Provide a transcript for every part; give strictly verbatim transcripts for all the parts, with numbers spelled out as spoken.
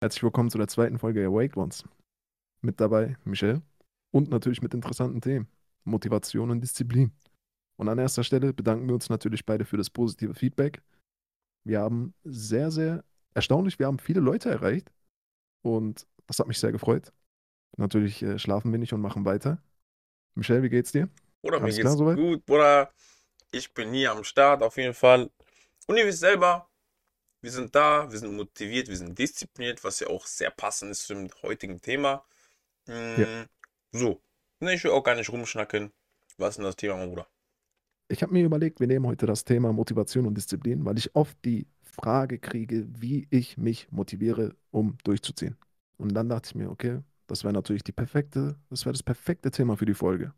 Herzlich willkommen zu der zweiten Folge Awake Ones. Mit dabei Michelle und natürlich mit interessanten Themen, Motivation und Disziplin. Und an erster Stelle bedanken wir uns natürlich beide für das positive Feedback. Wir haben sehr, sehr erstaunlich, wir haben viele Leute erreicht und das hat mich sehr gefreut. Natürlich äh, schlafen wir nicht und machen weiter. Michelle, wie geht's dir? Oder mir Alles klar geht's soweit? gut, Bruder. Ich bin hier am Start auf jeden Fall. Und ihr wisst selber, wir sind da, wir sind motiviert, wir sind diszipliniert, was ja auch sehr passend ist zum heutigen Thema. Ja. Mm, so, ne, ich will auch gar nicht rumschnacken. Was ist denn das Thema, mein Bruder? Ich habe mir überlegt, wir nehmen heute das Thema Motivation und Disziplin, weil ich oft die Frage kriege, wie ich mich motiviere, um durchzuziehen. Und dann dachte ich mir, okay, das wäre natürlich die perfekte, das wäre das perfekte Thema für die Folge.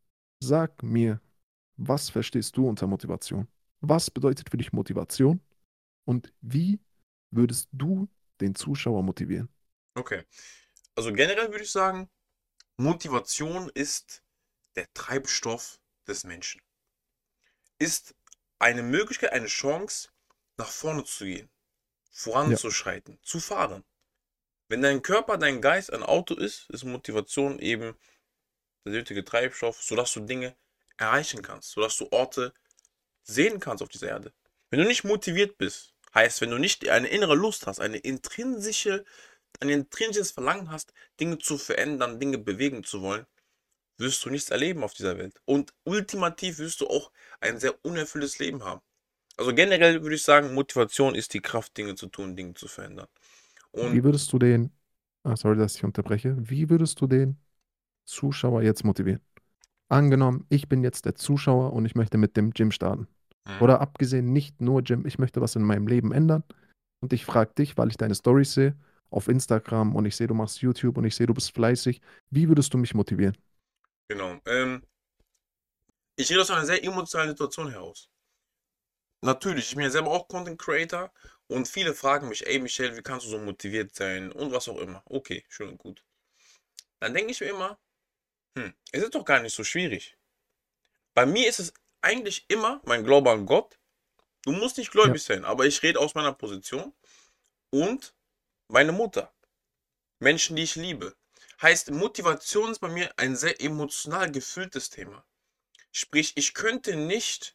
Sag mir, was verstehst du unter Motivation? Was bedeutet für dich Motivation? Und wie würdest du den Zuschauer motivieren? Okay, also generell würde ich sagen, Motivation ist der Treibstoff des Menschen. Ist eine Möglichkeit, eine Chance, nach vorne zu gehen, Ja, voranzuschreiten, zu fahren. Wenn dein Körper, dein Geist ein Auto ist, ist Motivation eben der nötige Treibstoff, sodass du Dinge erreichen kannst, sodass du Orte sehen kannst auf dieser Erde. Wenn du nicht motiviert bist, heißt, wenn du nicht eine innere Lust hast, eine intrinsische, ein intrinsisches Verlangen hast, Dinge zu verändern, Dinge bewegen zu wollen, wirst du nichts erleben auf dieser Welt. Und ultimativ wirst du auch ein sehr unerfülltes Leben haben. Also generell würde ich sagen, Motivation ist die Kraft, Dinge zu tun, Dinge zu verändern. Und wie würdest du den, ah, sorry, dass ich unterbreche, wie würdest du den Zuschauer jetzt motivieren? Angenommen, ich bin jetzt der Zuschauer und ich möchte mit dem Gym starten. mhm. Oder abgesehen, nicht nur Gym, ich möchte was in meinem Leben ändern. Und ich frage dich, weil ich deine Stories sehe, auf Instagram und ich sehe, du machst YouTube und ich sehe, du bist fleißig. Wie würdest du mich motivieren? Genau. Ähm, ich rede aus einer sehr emotionalen Situation heraus. Natürlich, ich bin ja selber auch Content Creator und viele fragen mich, ey Michelle, wie kannst du so motiviert sein und was auch immer. Okay, schön und gut. Dann denke ich mir immer, hm, es ist doch gar nicht so schwierig. Bei mir ist es eigentlich immer mein Glaube an Gott. Du musst nicht Ja, gläubig sein, aber ich rede aus meiner Position und meine Mutter. Menschen, die ich liebe. Heißt, Motivation ist bei mir ein sehr emotional gefülltes Thema. Sprich, ich könnte nicht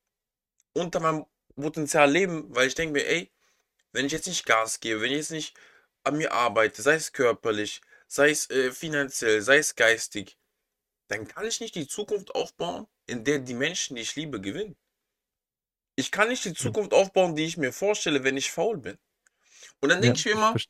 unter meinem Potenzial leben, weil ich denke mir, ey, wenn ich jetzt nicht Gas gebe, wenn ich jetzt nicht an mir arbeite, sei es körperlich, sei es äh, finanziell, sei es geistig, dann kann ich nicht die Zukunft aufbauen, in der die Menschen, die ich liebe, gewinnen. Ich kann nicht die ja, Zukunft aufbauen, die ich mir vorstelle, wenn ich faul bin. Und dann denke ja, ich mir ich immer, verstehe.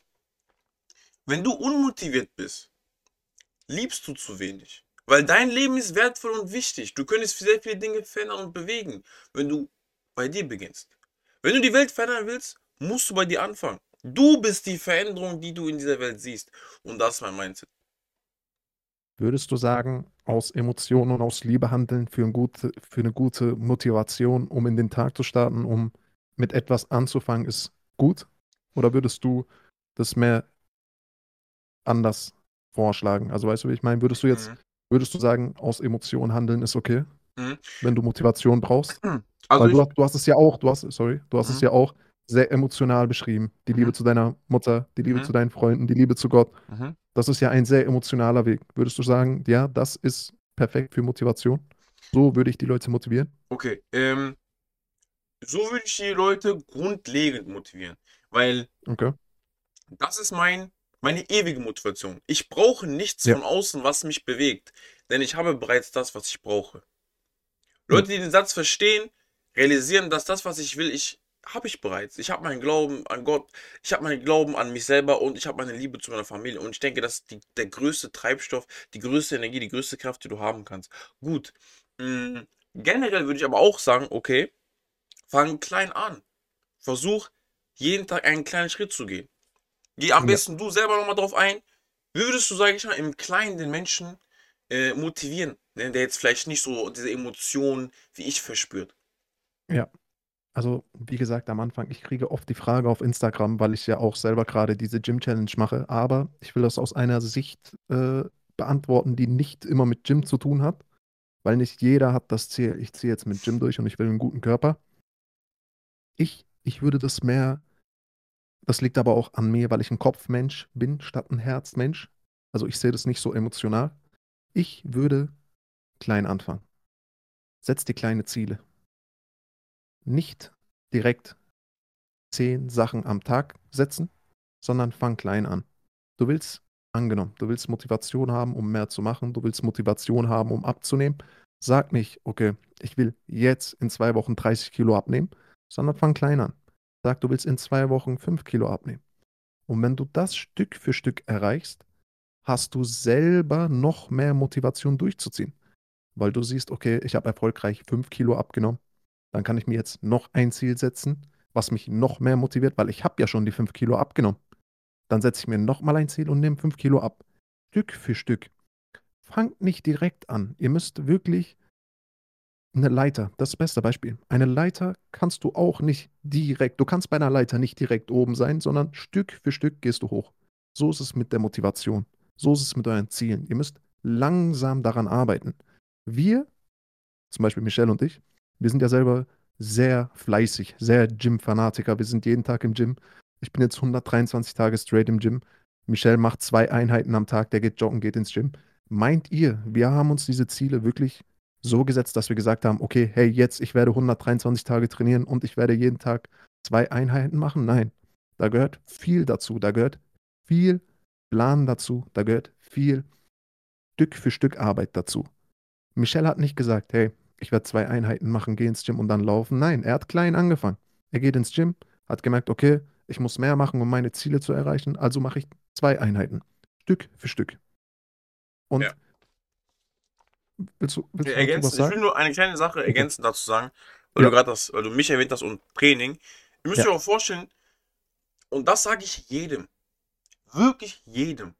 wenn du unmotiviert bist, liebst du zu wenig. Weil dein Leben ist wertvoll und wichtig. Du könntest sehr viele Dinge verändern und bewegen, wenn du bei dir beginnst. Wenn du die Welt verändern willst, musst du bei dir anfangen. Du bist die Veränderung, die du in dieser Welt siehst. Und das ist mein Mindset. Würdest du sagen, aus Emotionen und aus Liebe handeln für, ein gute, für eine gute Motivation, um in den Tag zu starten, um mit etwas anzufangen, ist gut? Oder würdest du das mehr anders vorschlagen? Also weißt du, wie ich meine? Würdest du jetzt, Mhm. würdest du sagen, aus Emotionen handeln ist okay, Mhm. wenn du Motivation brauchst? Also Weil du ich. hast, du hast es ja auch, du hast, sorry, du hast es Mhm. ja auch sehr emotional beschrieben. Die Liebe Mhm. zu deiner Mutter, die Liebe Mhm. zu deinen Freunden, die Liebe zu Gott. Mhm. Das ist ja ein sehr emotionaler Weg. Würdest du sagen, ja, das ist perfekt für Motivation? So würde ich die Leute motivieren? Okay. Ähm, so würde ich die Leute grundlegend motivieren. Weil Okay. das ist mein, meine ewige Motivation. Ich brauche nichts Ja, von außen, was mich bewegt. Denn ich habe bereits das, was ich brauche. ja, Leute, die den Satz verstehen, realisieren, dass das, was ich will, ich habe ich bereits. Ich habe meinen Glauben an Gott, ich habe meinen Glauben an mich selber und ich habe meine Liebe zu meiner Familie. Und ich denke, das ist die, der größte Treibstoff, die größte Energie, die größte Kraft, die du haben kannst. Gut. Mh, generell würde ich aber auch sagen, okay, fang klein an. Versuch jeden Tag einen kleinen Schritt zu gehen. Geh am ja, besten du selber nochmal drauf ein. Wie würdest du, sage ich mal, im Kleinen den Menschen äh, motivieren, ne, der jetzt vielleicht nicht so diese Emotionen wie ich verspürt? ja. Also, wie gesagt, am Anfang, ich kriege oft die Frage auf Instagram, weil ich ja auch selber gerade diese Gym-Challenge mache, aber ich will das aus einer Sicht äh, beantworten, die nicht immer mit Gym zu tun hat, weil nicht jeder hat das Ziel, ich ziehe jetzt mit Gym durch und ich will einen guten Körper. Ich, ich würde das mehr Das liegt aber auch an mir, weil ich ein Kopfmensch bin statt ein Herzmensch. Also ich sehe das nicht so emotional. Ich würde klein anfangen. Setz dir kleine Ziele. Nicht direkt zehn Sachen am Tag setzen, sondern fang klein an. Du willst, angenommen, du willst Motivation haben, um mehr zu machen, du willst Motivation haben, um abzunehmen. Sag nicht, okay, ich will jetzt in zwei Wochen dreißig Kilo abnehmen, sondern fang klein an. Sag, du willst in zwei Wochen fünf Kilo abnehmen. Und wenn du das Stück für Stück erreichst, hast du selber noch mehr Motivation durchzuziehen, weil du siehst, okay, ich habe erfolgreich fünf Kilo abgenommen, dann kann ich mir jetzt noch ein Ziel setzen, was mich noch mehr motiviert, weil ich habe ja schon die fünf Kilo abgenommen. Dann setze ich mir noch mal ein Ziel und nehme fünf Kilo ab. Stück für Stück. Fangt nicht direkt an. Ihr müsst wirklich eine Leiter, das beste Beispiel. Eine Leiter kannst du auch nicht direkt, du kannst bei einer Leiter nicht direkt oben sein, sondern Stück für Stück gehst du hoch. So ist es mit der Motivation. So ist es mit euren Zielen. Ihr müsst langsam daran arbeiten. Wir, zum Beispiel Michelle und ich, wir sind ja selber sehr fleißig, sehr Gym-Fanatiker. Wir sind jeden Tag im Gym. Ich bin jetzt hundertdreiundzwanzig Tage straight im Gym. Michelle macht zwei Einheiten am Tag, der geht joggen, geht ins Gym. Meint ihr, wir haben uns diese Ziele wirklich so gesetzt, dass wir gesagt haben, okay, hey, jetzt, ich werde hundertdreiundzwanzig Tage trainieren und ich werde jeden Tag zwei Einheiten machen? Nein, da gehört viel dazu. Da gehört viel Plan dazu. Da gehört viel Stück für Stück Arbeit dazu. Michel hat nicht gesagt, hey, ich werde zwei Einheiten machen, gehe ins Gym und dann laufen. Nein, er hat klein angefangen. Er geht ins Gym, hat gemerkt, okay, ich muss mehr machen, um meine Ziele zu erreichen, also mache ich zwei Einheiten. Stück für Stück. Ja. Und willst du, willst du dazu was Ergänzen. Ich will sagen? nur eine kleine Sache Okay. ergänzend dazu sagen, weil du Ja, gerade das, weil du mich erwähnt hast und Training. Ihr müsst ja, euch auch vorstellen, und das sage ich jedem, wirklich jedem.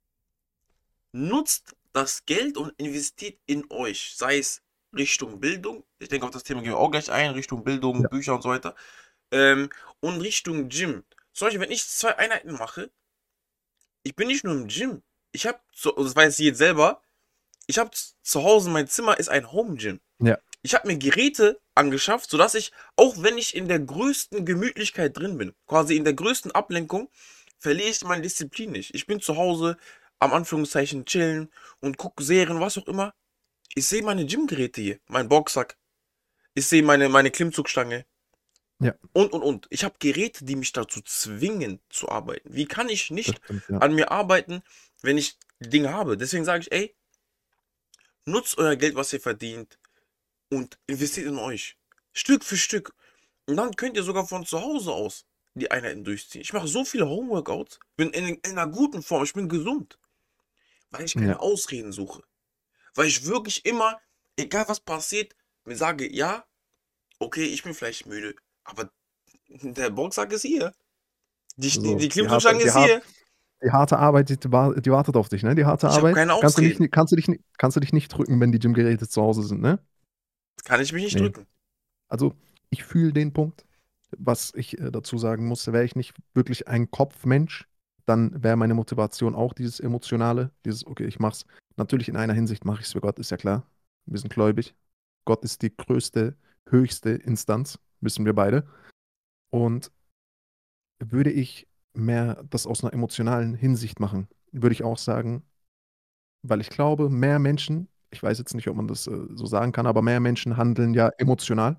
Nutzt das Geld und investiert in euch, sei es Richtung Bildung, ich denke auf das Thema gehen wir auch gleich ein, Richtung Bildung, ja, Bücher und so weiter, ähm, und Richtung Gym. Zum Beispiel, wenn ich zwei Einheiten mache, ich bin nicht nur im Gym, ich habe, das weiß ich jetzt selber, ich habe zu Hause, mein Zimmer ist ein Home Gym. ja, Ich habe mir Geräte angeschafft, sodass ich, auch wenn ich in der größten Gemütlichkeit drin bin, quasi in der größten Ablenkung, verliere ich meine Disziplin nicht. Ich bin zu Hause, am Anführungszeichen chillen und gucke Serien, was auch immer. Ich sehe meine Gymgeräte hier, mein Boxsack. Ich sehe meine, meine Klimmzugstange ja, und, und, und. Ich habe Geräte, die mich dazu zwingen zu arbeiten. Wie kann ich das nicht stimmt, ja. an mir arbeiten, wenn ich Dinge habe? Deswegen sage ich, ey, nutzt euer Geld, was ihr verdient, und investiert in euch. Stück für Stück. Und dann könnt ihr sogar von zu Hause aus die Einheiten durchziehen. Ich mache so viele Homeworkouts, bin in, in einer guten Form, ich bin gesund, weil ich Ja, keine Ausreden suche. Weil ich wirklich immer, egal was passiert, mir sage, ja, okay, ich bin vielleicht müde, aber der Boxsack ist hier. Die, die, so, die die harte, Klimmzugstange die ist hart, hier. die harte Arbeit, die, die wa- die wartet auf dich, ne? Die harte Ich habe Arbeit. keine Kannst du nicht, Ausreden. kannst du dich, nicht- kannst du dich nicht drücken, wenn die Gymgeräte zu Hause sind, ne? Kann ich mich nicht Nee. drücken. Also, ich fühle den Punkt. Was ich äh, dazu sagen muss, wäre ich nicht wirklich ein Kopfmensch, dann wäre meine Motivation auch dieses Emotionale, dieses, okay, ich mach's. Natürlich in einer Hinsicht mache ich es für Gott, ist ja klar. Wir sind gläubig. Gott ist die größte, höchste Instanz, wissen wir beide. Und würde ich mehr das aus einer emotionalen Hinsicht machen, würde ich auch sagen, weil ich glaube, mehr Menschen, ich weiß jetzt nicht, ob man das äh, so sagen kann, aber mehr Menschen handeln ja emotional.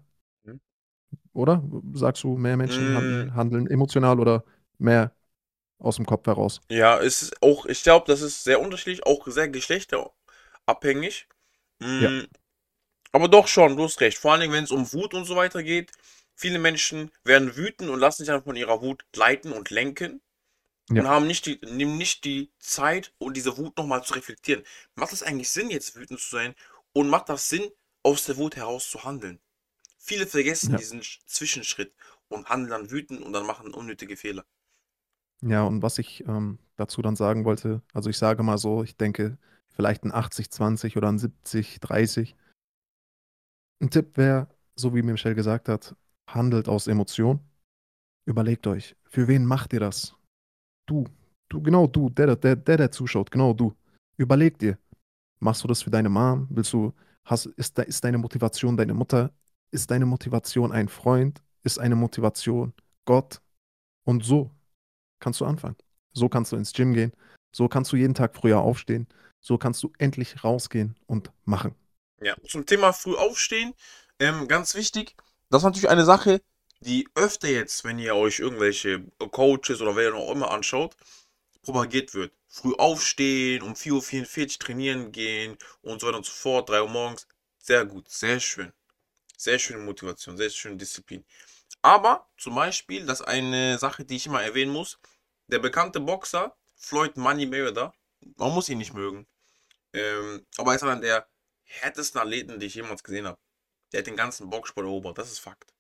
Oder? Sagst du, mehr Menschen Mm, handeln, handeln emotional oder mehr aus dem Kopf heraus? ja, es ist auch, ich glaube, das ist sehr unterschiedlich, auch sehr geschlechterabhängig. Ja, Mm, Aber doch schon, du hast recht. Vor allen Dingen, wenn es um Wut und so weiter geht. Viele Menschen werden wütend und lassen sich dann von ihrer Wut leiten und lenken ja, und haben nicht die, nehmen nicht die Zeit, um diese Wut nochmal zu reflektieren. Macht es eigentlich Sinn, jetzt wütend zu sein? Und macht das Sinn, aus der Wut heraus zu handeln? Viele vergessen ja. diesen Sch- Zwischenschritt und handeln dann wütend und dann machen unnötige Fehler. Ja, und was ich ähm, dazu dann sagen wollte, also ich sage mal so, ich denke, vielleicht ein achtzig zwanzig oder ein siebzig dreißig. Ein Tipp wäre, so wie Michel gesagt hat, handelt aus Emotion. Überlegt euch, für wen macht ihr das? Du, du, genau du, der, der, der, der zuschaut, genau du. Überleg dir, machst du das für deine Mom? Willst du, hast, ist, de, ist deine Motivation deine Mutter? Ist deine Motivation ein Freund? Ist eine Motivation Gott? Und so. kannst du anfangen. So kannst du ins Gym gehen. So kannst du jeden Tag früher aufstehen. So kannst du endlich rausgehen und machen. Ja, zum Thema früh aufstehen, ähm, ganz wichtig, das ist natürlich eine Sache, die öfter jetzt, wenn ihr euch irgendwelche Coaches oder wer auch immer anschaut, propagiert wird. Früh aufstehen, um vier Uhr vierundvierzig trainieren gehen und so weiter und so fort, drei Uhr morgens. Sehr gut, sehr schön. Sehr schöne Motivation, sehr schöne Disziplin. Aber zum Beispiel, das ist eine Sache, die ich immer erwähnen muss, der bekannte Boxer Floyd Money Mayweather, man muss ihn nicht mögen, ähm, aber er ist einer der härtesten Athleten, die ich jemals gesehen habe. Der hat den ganzen Boxsport erobert, das ist Fakt.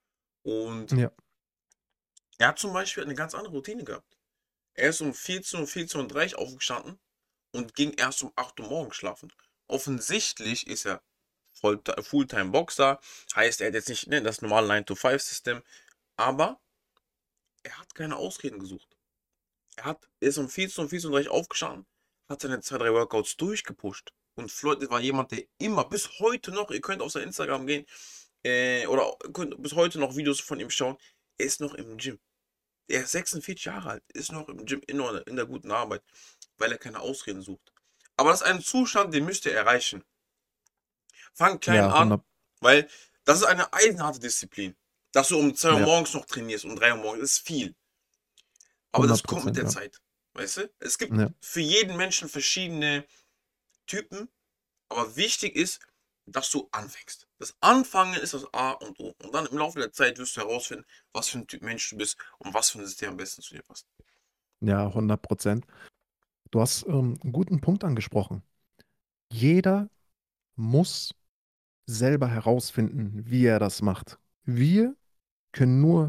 Und Ja, er hat zum Beispiel eine ganz andere Routine gehabt. Er ist um vierzehn Uhr, vierzehn Uhr dreißig aufgestanden und ging erst um acht Uhr morgens schlafen. Offensichtlich ist er Fulltime-Boxer, heißt, er hat jetzt nicht, ne, das normale nine to five System, aber er hat keine Ausreden gesucht. Er hat, er ist um vierzehn Uhr, vierzehn Uhr dreißig aufgestanden, hat seine zwei, drei Workouts durchgepusht. Und Floyd war jemand, der immer, bis heute noch, ihr könnt auf sein Instagram gehen, äh, oder könnt bis heute noch Videos von ihm schauen, er ist noch im Gym. Er ist sechsundvierzig Jahre alt, ist noch im Gym, in, der- in der guten Arbeit, weil er keine Ausreden sucht. Aber das ist ein Zustand, den müsst ihr erreichen. Fang klein ja, an, hundert, weil das ist eine eisenharte Disziplin. Dass du um zwei Uhr ja, morgens noch trainierst, um drei Uhr morgens, ist viel. Aber hundert das kommt mit Prozent, der ja. Zeit. Weißt du? Es gibt Ja, für jeden Menschen verschiedene Typen, aber wichtig ist, dass du anfängst. Das Anfangen ist das A und O. Und dann im Laufe der Zeit wirst du herausfinden, was für ein Typ Mensch du bist und was für ein System am besten zu dir passt. ja, hundert Prozent. Du hast ähm, einen guten Punkt angesprochen. Jeder muss selber herausfinden, wie er das macht. Wir können nur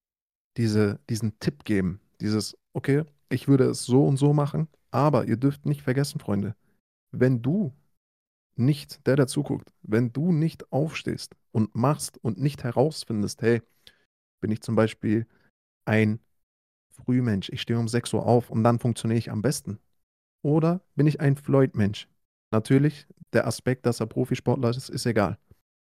diese, diesen Tipp geben. Dieses, okay, ich würde es so und so machen, aber ihr dürft nicht vergessen, Freunde, wenn du nicht, der der zuguckt, wenn du nicht aufstehst und machst und nicht herausfindest, hey, bin ich zum Beispiel ein Frühmensch, ich stehe um sechs Uhr auf und dann funktioniere ich am besten. Oder bin ich ein Floyd-Mensch? Natürlich, der Aspekt, dass er Profisportler ist, ist egal.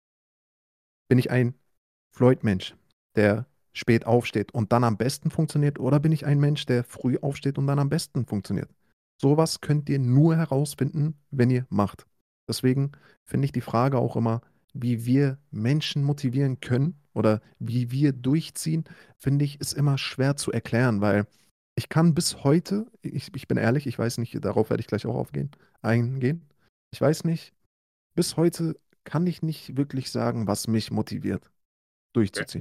Bin ich ein Floyd-Mensch, der spät aufsteht und dann am besten funktioniert? Oder bin ich ein Mensch, der früh aufsteht und dann am besten funktioniert? Sowas könnt ihr nur herausfinden, wenn ihr macht. Deswegen finde ich die Frage auch immer, wie wir Menschen motivieren können oder wie wir durchziehen, finde ich, ist immer schwer zu erklären, weil ich kann bis heute, ich, ich bin ehrlich, ich weiß nicht, darauf werde ich gleich auch aufgehen, eingehen. Ich weiß nicht, bis heute kann ich nicht wirklich sagen, was mich motiviert, Okay? durchzuziehen.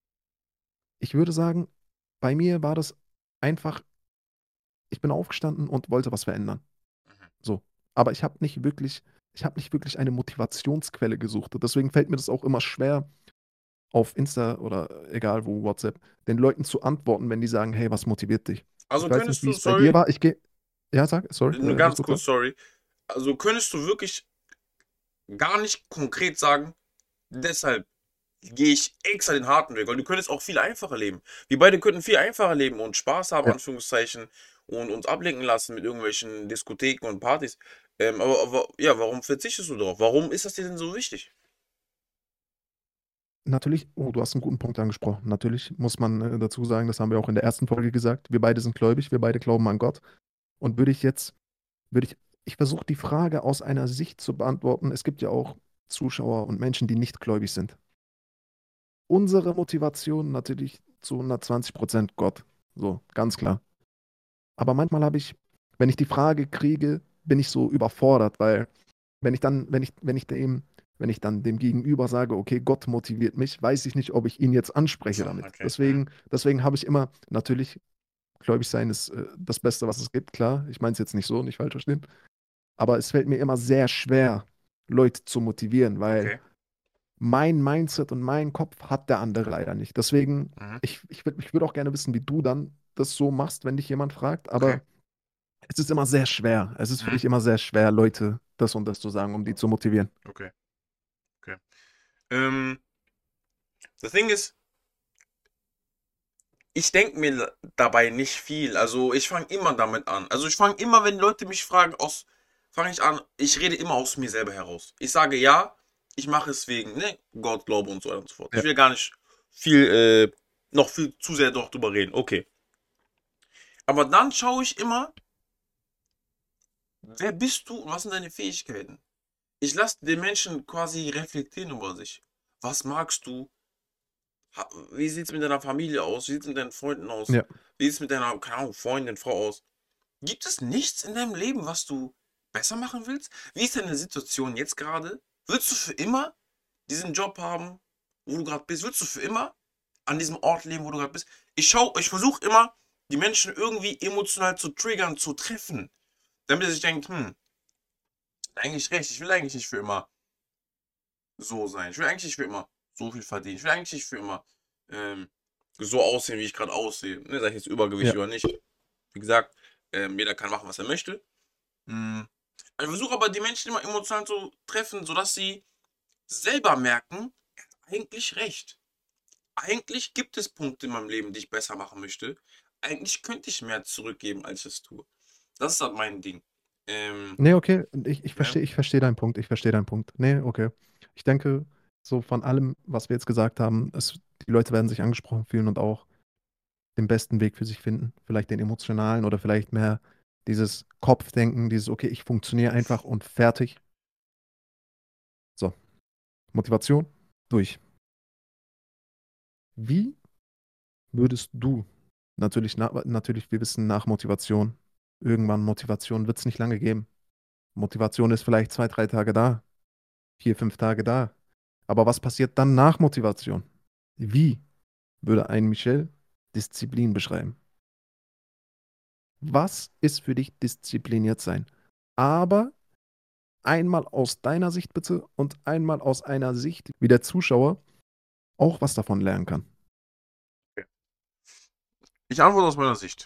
Ich würde sagen, bei mir war das einfach, ich bin aufgestanden und wollte was verändern. Mhm. So. Aber ich habe nicht wirklich, ich habe nicht wirklich eine Motivationsquelle gesucht. Und deswegen fällt mir das auch immer schwer, auf Insta oder egal wo, WhatsApp, den Leuten zu antworten, wenn die sagen, hey, was motiviert dich? Also Ich weiß nicht, könntest wie du, es bei dir sorry, war. Ich gehe, ja, sag, sorry, nur äh, leg ganz kurz kurz, aus. sorry. Also könntest du wirklich gar nicht konkret sagen, deshalb gehe ich extra den harten Weg, weil du könntest auch viel einfacher leben. Wir beide könnten viel einfacher leben und Spaß haben, Ja, Anführungszeichen, und uns ablenken lassen mit irgendwelchen Diskotheken und Partys. Ähm, aber, aber ja, warum verzichtest du darauf? Warum ist das dir denn so wichtig? natürlich, oh, du hast einen guten Punkt angesprochen. Natürlich muss man äh, dazu sagen, das haben wir auch in der ersten Folge gesagt, wir beide sind gläubig, wir beide glauben an Gott. Und würde ich jetzt, würde ich, ich versuche die Frage aus einer Sicht zu beantworten. Es gibt ja auch Zuschauer und Menschen, die nicht gläubig sind. Unsere Motivation natürlich zu hundertzwanzig Prozent Gott. So, ganz klar. Aber manchmal habe ich, wenn ich die Frage kriege, bin ich so überfordert, weil wenn ich dann, wenn ich, wenn ich dem, wenn ich dann dem Gegenüber sage, okay, Gott motiviert mich, weiß ich nicht, ob ich ihn jetzt anspreche damit. Okay. Mhm. Deswegen, deswegen habe ich immer, natürlich, gläubig sein ist äh, das Beste, was es gibt, klar. Ich meine es jetzt nicht so, nicht falsch verstehen. Aber es fällt mir immer sehr schwer, Leute zu motivieren, weil Okay. mein Mindset und mein Kopf hat der andere leider nicht. Deswegen, Mhm. ich, ich würde ich würd auch gerne wissen, wie du dann das so machst, wenn dich jemand fragt, Okay. aber es ist immer sehr schwer. Es ist für Mhm. mich immer sehr schwer, Leute das und das zu sagen, um die zu motivieren. Okay. Okay. Ähm, das Ding ist, ich denke mir dabei nicht viel. Also ich fange immer damit an. Also ich fange immer, wenn Leute mich fragen, aus, fange ich an, ich rede immer aus mir selber heraus. Ich sage ja, ich mache es wegen, ne, Gott, Glaube und so weiter und so fort. Ich Ja, will gar nicht viel, äh, noch viel zu sehr doch drüber reden. Okay. Aber dann schaue ich immer, wer bist du und was sind deine Fähigkeiten? Ich lasse den Menschen quasi reflektieren über sich. Was magst du? Ha- Wie sieht es mit deiner Familie aus? Wie sieht es mit deinen Freunden aus? Ja. Wie sieht es mit deiner, keine Ahnung, Freundin, Frau aus? Gibt es nichts in deinem Leben, was du besser machen willst? Wie ist deine Situation jetzt gerade? Willst du für immer diesen Job haben, wo du gerade bist? Willst du für immer an diesem Ort leben, wo du gerade bist? Ich schau, ich versuche immer, die Menschen irgendwie emotional zu triggern, zu treffen, damit er sich denkt, hm, eigentlich recht, ich will eigentlich nicht für immer so sein. Ich will eigentlich nicht für immer so viel verdienen. Ich will eigentlich nicht für immer ähm, so aussehen, wie ich gerade aussehe. Ne, sag ich jetzt Übergewicht Ja. oder nicht. Wie gesagt, ähm, jeder kann machen, was er möchte. Hm. Ich versuche aber die Menschen immer emotional zu treffen, sodass sie selber merken, eigentlich recht. Eigentlich gibt es Punkte in meinem Leben, die ich besser machen möchte. Eigentlich könnte ich mehr zurückgeben, als ich es tue. Das ist halt mein Ding. Ähm, Ne, okay, und ich ich ja. verstehe ich verstehe deinen Punkt, ich verstehe deinen Punkt. Ne, okay. Ich denke, so von allem, was wir jetzt gesagt haben, es die Leute werden sich angesprochen fühlen und auch den besten Weg für sich finden. Vielleicht den emotionalen oder vielleicht mehr dieses Kopfdenken, dieses: „Okay, ich funktioniere einfach und fertig.“ So, Motivation durch. Wie würdest du natürlich na natürlich, wir wissen nach Motivation irgendwann Motivation wird's nicht lange geben. Motivation ist vielleicht zwei, drei Tage da, vier, fünf Tage da. Aber was passiert dann nach Motivation? Wie würde ein Michel Disziplin beschreiben? Was ist für dich diszipliniert sein? Aber einmal aus deiner Sicht bitte und einmal aus einer Sicht, wie der Zuschauer auch was davon lernen kann. Ich antworte aus meiner Sicht.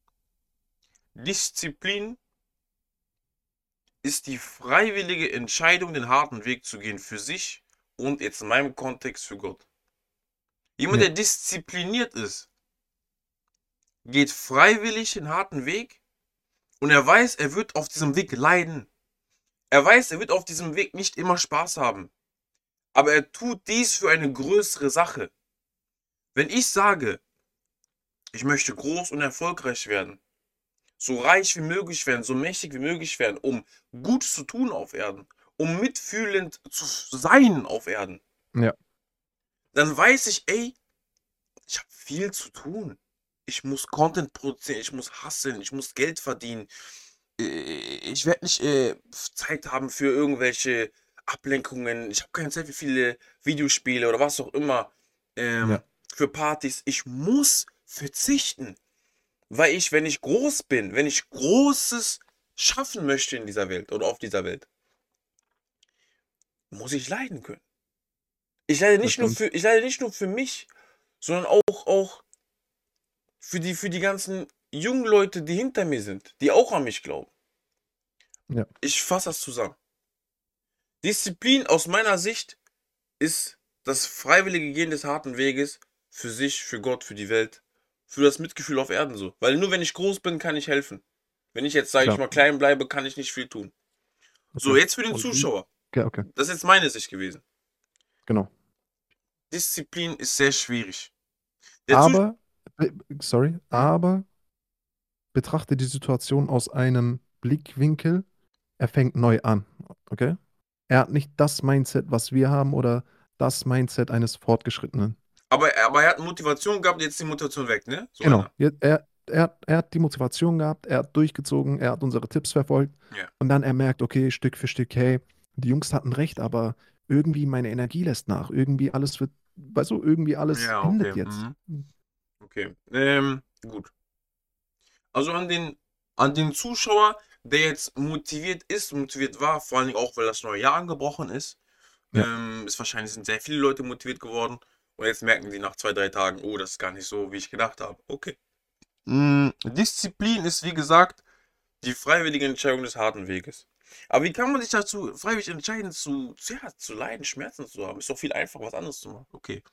Disziplin ist die freiwillige Entscheidung, den harten Weg zu gehen für sich und jetzt in meinem Kontext für Gott. Jemand, Ja, der diszipliniert ist, geht freiwillig den harten Weg und er weiß, er wird auf diesem Weg leiden. Er weiß, er wird auf diesem Weg nicht immer Spaß haben. Aber er tut dies für eine größere Sache. Wenn ich sage, ich möchte groß und erfolgreich werden, so reich wie möglich werden, so mächtig wie möglich werden, um Gutes zu tun auf Erden, um mitfühlend zu sein auf Erden, ja, dann weiß ich, ey, ich habe viel zu tun. Ich muss Content produzieren, ich muss hustlen, ich muss Geld verdienen. Äh, Ich werde nicht äh, Zeit haben für irgendwelche Ablenkungen. Ich habe keine Zeit für viele Videospiele oder was auch immer. Ähm, ja, für Partys. Ich muss verzichten. Weil ich, wenn ich groß bin, wenn ich Großes schaffen möchte in dieser Welt oder auf dieser Welt, muss ich leiden können. Ich leide das nicht nur stimmt. für, ich leide nicht nur für mich, sondern auch, auch für die, für die ganzen jungen Leute, die hinter mir sind, die auch an mich glauben. Ja, Ich fasse das zusammen. Disziplin aus meiner Sicht ist das freiwillige Gehen des harten Weges für sich, für Gott, für die Welt, für das Mitgefühl auf Erden so. Weil nur wenn ich groß bin, kann ich helfen. Wenn ich jetzt, sage ich klar. mal, klein bleibe, kann ich nicht viel tun. So, Okay. jetzt für den Und wie Zuschauer. ja, okay, Das ist jetzt meine Sicht gewesen. genau. Disziplin ist sehr schwierig. Der Zuschauer. Aber äh, sorry, aber betrachte die Situation aus einem Blickwinkel, er fängt neu an, okay? Er hat nicht das Mindset, was wir haben oder das Mindset eines Fortgeschrittenen. Aber, aber er hat Motivation gehabt, jetzt ist die Motivation weg, ne? So Genau. einer. Je er er hat er hat die Motivation gehabt, er hat durchgezogen, er hat unsere Tipps verfolgt Ja. und dann er merkt, okay, Stück für Stück, hey, die Jungs hatten recht, aber irgendwie meine Energie lässt nach. Irgendwie alles wird weißt du, irgendwie alles Ja, okay. endet jetzt. Mhm. Okay. Ähm, gut. Also an den, an den Zuschauer, der jetzt motiviert ist, motiviert war, vor allen Dingen auch, weil das neue Jahr angebrochen ist, Ja, ähm, ist wahrscheinlich sind sehr viele Leute motiviert geworden. Und jetzt merken die nach zwei, drei Tagen, oh, das ist gar nicht so, wie ich gedacht habe. Okay. Mm, Disziplin ist, wie gesagt, die freiwillige Entscheidung des harten Weges. Aber wie kann man sich dazu freiwillig entscheiden, zu, zu, ja, zu leiden, Schmerzen zu haben? Ist doch viel einfacher, was anderes zu machen. Okay.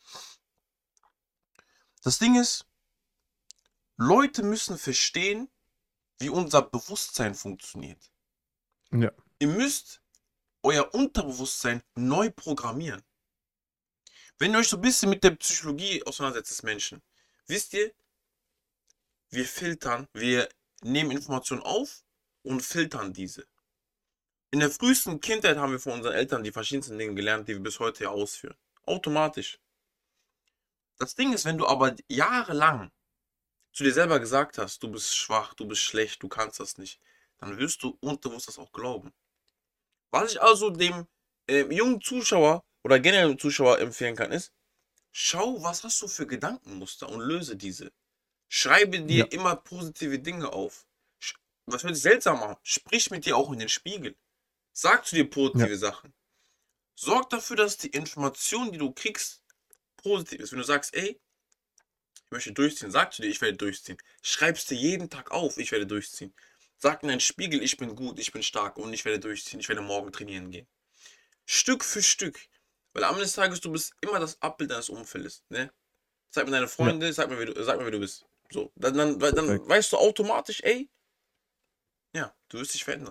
Das Ding ist, Leute müssen verstehen, wie unser Bewusstsein funktioniert. ja, Ihr müsst euer Unterbewusstsein neu programmieren. Wenn ihr euch so ein bisschen mit der Psychologie auseinandersetzt des Menschen, wisst ihr, wir filtern, wir nehmen Informationen auf und filtern diese. In der frühesten Kindheit haben wir von unseren Eltern die verschiedensten Dinge gelernt, die wir bis heute ausführen. Automatisch. Das Ding ist, wenn du aber jahrelang zu dir selber gesagt hast, du bist schwach, du bist schlecht, du kannst das nicht, dann wirst du unterbewusst das auch glauben. Was ich also dem äh, jungen Zuschauer oder generell dem Zuschauer empfehlen kann, ist, schau, was hast du für Gedankenmuster und löse diese. Schreibe Ja, dir immer positive Dinge auf. Was hört sich seltsam an? Sprich mit dir auch in den Spiegel. Sag zu dir ja, positive Sachen. Sorg dafür, dass die Information, die du kriegst, positiv ist. Wenn du sagst, ey, ich möchte durchziehen, sag zu dir, ich werde durchziehen. Schreibst dir jeden Tag auf, ich werde durchziehen. Sag in deinen Spiegel, ich bin gut, ich bin stark und ich werde durchziehen, ich werde morgen trainieren gehen. Stück für Stück. Weil am Ende des Tages, du bist immer das Abbild deines Umfeldes. Ne? Zeig mir deine ja, Freunde, sag mir, wie du, sag mir, wie du bist. So, dann, dann, dann perfekt. weißt du automatisch, ey, ja, du wirst dich verändern.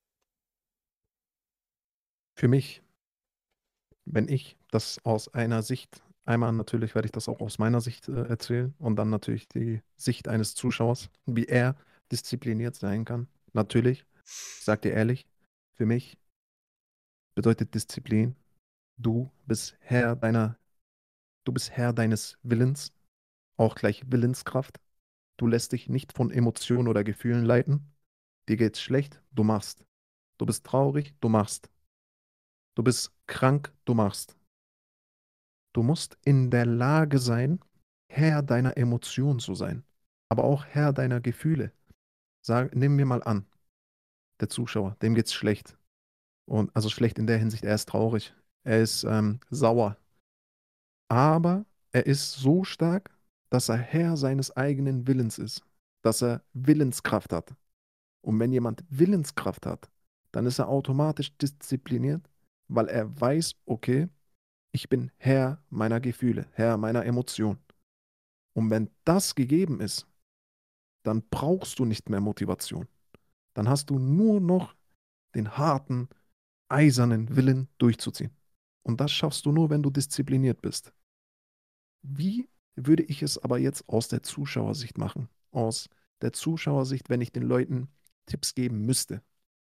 Für mich, wenn ich das aus einer Sicht, einmal natürlich werde ich das auch aus meiner Sicht äh, erzählen und dann natürlich die Sicht eines Zuschauers, wie er diszipliniert sein kann. Natürlich, ich sage dir ehrlich, für mich bedeutet Disziplin, du bist Herr deiner, du bist Herr deines Willens, auch gleich Willenskraft. Du lässt dich nicht von Emotionen oder Gefühlen leiten. Dir geht's schlecht, du machst. Du bist traurig, du machst. Du bist krank, du machst. Du musst in der Lage sein, Herr deiner Emotionen zu sein, aber auch Herr deiner Gefühle. Sag, nehmen wir mal an, der Zuschauer, dem geht's schlecht. Und also schlecht in der Hinsicht, er ist traurig, er ist ähm, sauer. Aber er ist so stark, dass er Herr seines eigenen Willens ist, dass er Willenskraft hat. Und wenn jemand Willenskraft hat, dann ist er automatisch diszipliniert, weil er weiß, okay, ich bin Herr meiner Gefühle, Herr meiner Emotionen. Und wenn das gegeben ist, dann brauchst du nicht mehr Motivation. Dann hast du nur noch den harten, eisernen Willen durchzuziehen. Und das schaffst du nur, wenn du diszipliniert bist. Wie würde ich es aber jetzt aus der Zuschauersicht machen? Aus der Zuschauersicht, wenn ich den Leuten Tipps geben müsste.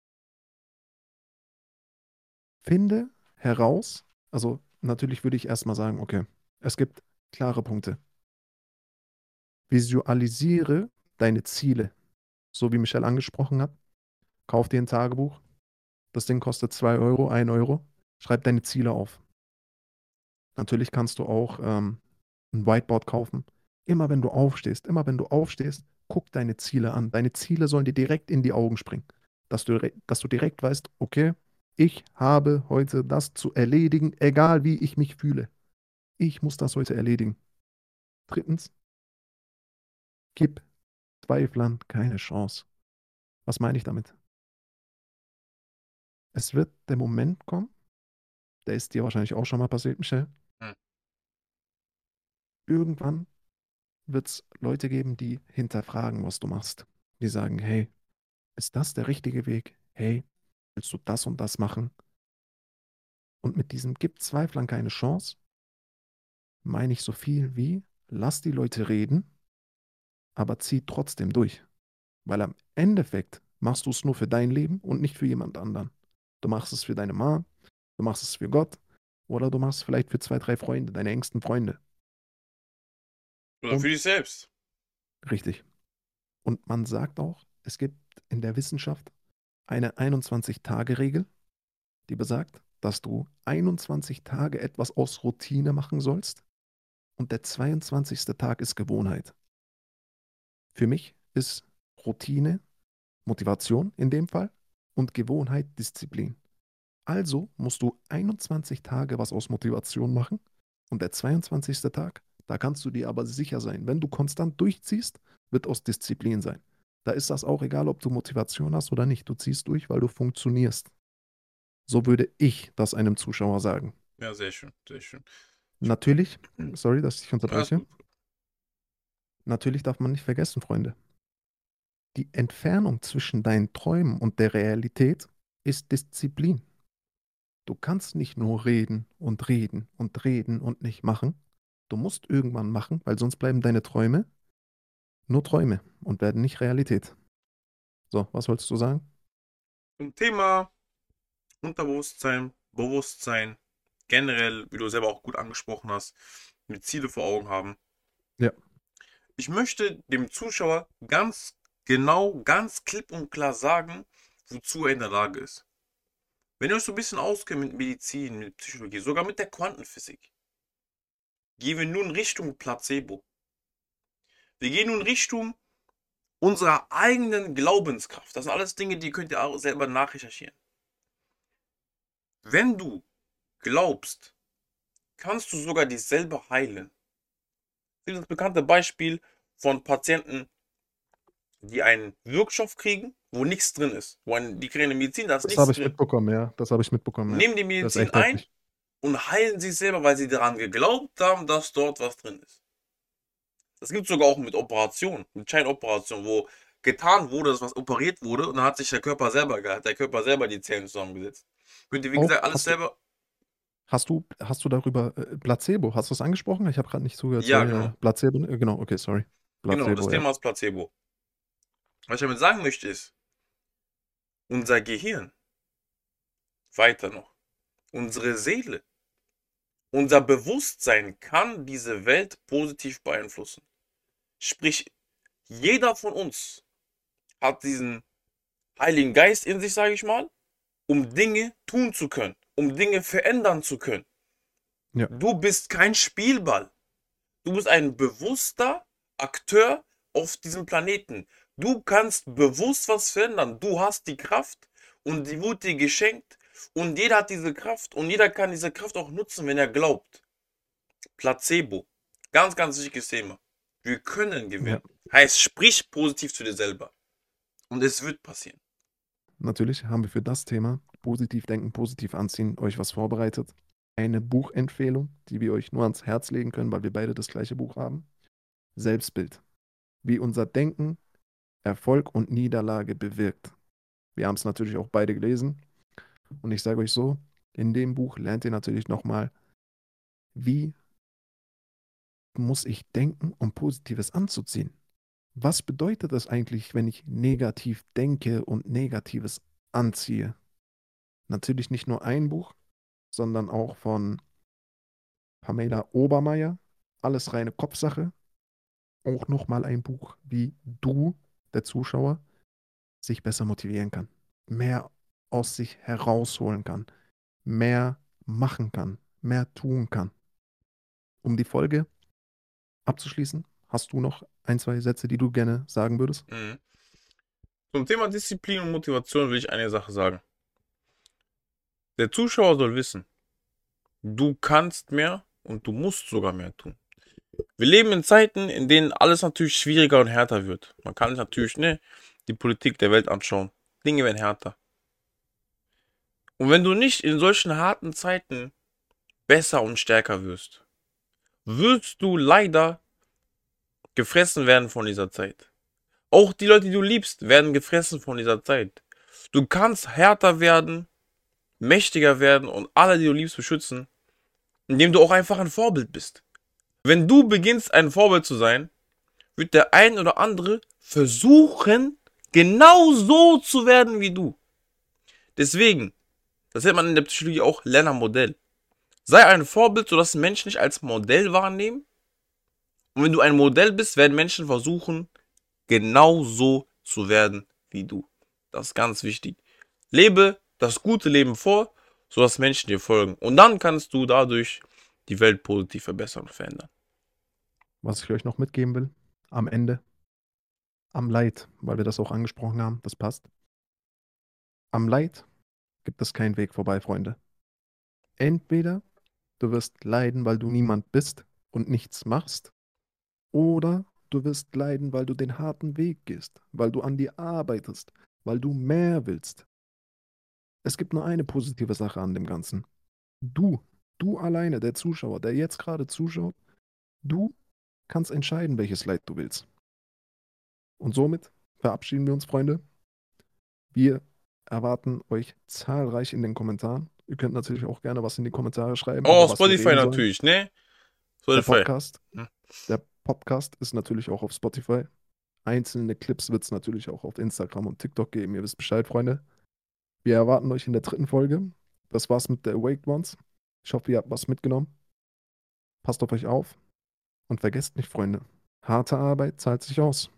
Finde heraus, also natürlich würde ich erstmal sagen, okay, es gibt klare Punkte. Visualisiere deine Ziele, so wie Michelle angesprochen hat. Kauf dir ein Tagebuch. Das Ding kostet zwei Euro, ein Euro. Schreib deine Ziele auf. Natürlich kannst du auch ähm, ein Whiteboard kaufen. Immer wenn du aufstehst, immer wenn du aufstehst, guck deine Ziele an. Deine Ziele sollen dir direkt in die Augen springen. Dass du, dass du direkt weißt, okay, ich habe heute das zu erledigen, egal wie ich mich fühle. Ich muss das heute erledigen. Drittens, gib Zweiflern keine Chance. Was meine ich damit? Es wird der Moment kommen, der ist dir wahrscheinlich auch schon mal passiert, Michelle. Hm. Irgendwann wird es Leute geben, die hinterfragen, was du machst. Die sagen, hey, ist das der richtige Weg? Hey, willst du das und das machen? Und mit diesem Gib Zweiflern keine Chance, meine ich so viel wie, lass die Leute reden, aber zieh trotzdem durch. Weil am Endeffekt machst du es nur für dein Leben und nicht für jemand anderen. Du machst es für deine Mom, du machst es für Gott oder du machst es vielleicht für zwei, drei Freunde, deine engsten Freunde. Oder für Und dich selbst. richtig. Und man sagt auch, es gibt in der Wissenschaft eine einundzwanzig-Tage-Regel, die besagt, dass du einundzwanzig Tage etwas aus Routine machen sollst und der zweiundzwanzigste Tag ist Gewohnheit. Für mich ist Routine Motivation in dem Fall und Gewohnheit Disziplin. Also musst du einundzwanzig Tage was aus Motivation machen und der zweiundzwanzigste Tag, da kannst du dir aber sicher sein, wenn du konstant durchziehst, wird aus Disziplin sein. Da ist das auch egal, ob du Motivation hast oder nicht. Du ziehst durch, weil du funktionierst. So würde ich das einem Zuschauer sagen. Ja, sehr schön, sehr schön. Ich, Natürlich, sorry, dass ich alles unterbreche, gut. natürlich darf man nicht vergessen, Freunde, die Entfernung zwischen deinen Träumen und der Realität ist Disziplin. Du kannst nicht nur reden und reden und reden und nicht machen. Du musst irgendwann machen, weil sonst bleiben deine Träume nur Träume und werden nicht Realität. So, was wolltest du sagen? Zum Thema Unterbewusstsein, Bewusstsein, generell, wie du selber auch gut angesprochen hast, mit Ziele vor Augen haben. Ja, Ich möchte dem Zuschauer ganz genau, ganz klipp und klar sagen, wozu er in der Lage ist. Wenn ihr euch so ein bisschen auskennt mit Medizin, mit Psychologie, sogar mit der Quantenphysik, gehen wir nun Richtung Placebo. Wir gehen nun Richtung unserer eigenen Glaubenskraft. Das sind alles Dinge, die könnt ihr auch selber nachrecherchieren. Wenn du glaubst, kannst du sogar dich selber heilen. Das ist das bekannte Beispiel von Patienten, die einen Wirkstoff kriegen, wo nichts drin ist. Wo ein, die kriegen eine Medizin, da ist das nichts habe ich drin. mitbekommen, ja. Das habe ich mitbekommen, ja. Nehmen die Das ist Medizin echt ein heftig. und heilen sich selber, weil sie daran geglaubt haben, dass dort was drin ist. Das gibt es sogar auch mit Operationen, mit Scheinoperationen, wo getan wurde, dass was operiert wurde und dann hat sich der Körper selber geheilt, der Körper selber die Zellen zusammengesetzt. Könnt ihr, wie Auch gesagt, alles hast du, selber. hast du, hast du darüber äh, Placebo, hast du es angesprochen? Ich habe gerade nicht zugehört, Ja, sorry. Äh, genau. Placebo, äh, genau, okay, sorry. Genau, das Placebo, ja. Thema ist Placebo. Was ich damit sagen möchte ist, unser Gehirn, weiter noch, unsere Seele, unser Bewusstsein kann diese Welt positiv beeinflussen. Sprich, jeder von uns hat diesen Heiligen Geist in sich, sage ich mal, um Dinge tun zu können, um Dinge verändern zu können. Ja, Du bist kein Spielball. Du bist ein bewusster Akteur auf diesem Planeten. Du kannst bewusst was verändern. Du hast die Kraft und die wurde dir geschenkt. Und jeder hat diese Kraft und jeder kann diese Kraft auch nutzen, wenn er glaubt. Placebo. Ganz, ganz wichtiges Thema. Wir können ja. gewinnen. Heißt, sprich positiv zu dir selber. Und es wird passieren. Natürlich haben wir für das Thema positiv denken, positiv anziehen euch was vorbereitet. Eine Buchempfehlung, die wir euch nur ans Herz legen können, weil wir beide das gleiche Buch haben. Selbstbild. Wie unser Denken Erfolg und Niederlage bewirkt. Wir haben es natürlich auch beide gelesen. Und ich sage euch so, in dem Buch lernt ihr natürlich nochmal, wie muss ich denken, um Positives anzuziehen? Was bedeutet das eigentlich, wenn ich negativ denke und Negatives anziehe? Natürlich nicht nur ein Buch, sondern auch von Pamela Obermeier, Alles reine Kopfsache. Auch nochmal ein Buch, wie du, der Zuschauer, sich besser motivieren kann, mehr aus sich herausholen kann, mehr machen kann, mehr tun kann. Um die Folge abzuschließen, hast du noch ein, zwei Sätze, die du gerne sagen würdest? Mhm. Zum Thema Disziplin und Motivation will ich eine Sache sagen. Der Zuschauer soll wissen, du kannst mehr und du musst sogar mehr tun. Wir leben in Zeiten, in denen alles natürlich schwieriger und härter wird. Man kann sich natürlich ne, die Politik der Welt anschauen. Dinge werden härter. Und wenn du nicht in solchen harten Zeiten besser und stärker wirst, wirst du leider gefressen werden von dieser Zeit. Auch die Leute, die du liebst, werden gefressen von dieser Zeit. Du kannst härter werden, mächtiger werden und alle, die du liebst, beschützen, indem du auch einfach ein Vorbild bist. Wenn du beginnst, ein Vorbild zu sein, wird der ein oder andere versuchen, genau so zu werden wie du. Deswegen, das nennt man in der Psychologie auch Lernermodell. Sei ein Vorbild, sodass Menschen dich als Modell wahrnehmen. Und wenn du ein Modell bist, werden Menschen versuchen, genau so zu werden wie du. Das ist ganz wichtig. Lebe das gute Leben vor, sodass Menschen dir folgen. Und dann kannst du dadurch die Welt positiv verbessern und verändern. Was ich euch noch mitgeben will, am Ende, am Leid, weil wir das auch angesprochen haben, das passt. Am Leid gibt es keinen Weg vorbei, Freunde. Entweder du wirst leiden, weil du niemand bist und nichts machst, oder du wirst leiden, weil du den harten Weg gehst, weil du an dir arbeitest, weil du mehr willst. Es gibt nur eine positive Sache an dem Ganzen. Du, du alleine, der Zuschauer, der jetzt gerade zuschaut, du kannst entscheiden, welches Leid du willst. Und somit verabschieden wir uns, Freunde. Wir erwarten euch zahlreich in den Kommentaren. Ihr könnt natürlich auch gerne was in die Kommentare schreiben, Oh, über was wir Spotify reden sollen. natürlich, ne? Der Spotify. Podcast, Hm. der Podcast ist natürlich auch auf Spotify. Einzelne Clips wird es natürlich auch auf Instagram und TikTok geben. Ihr wisst Bescheid, Freunde. Wir erwarten euch in der dritten Folge. Das war's mit der Awaked Ones. Ich hoffe, ihr habt was mitgenommen. Passt auf euch auf und vergesst nicht, Freunde. Harte Arbeit zahlt sich aus.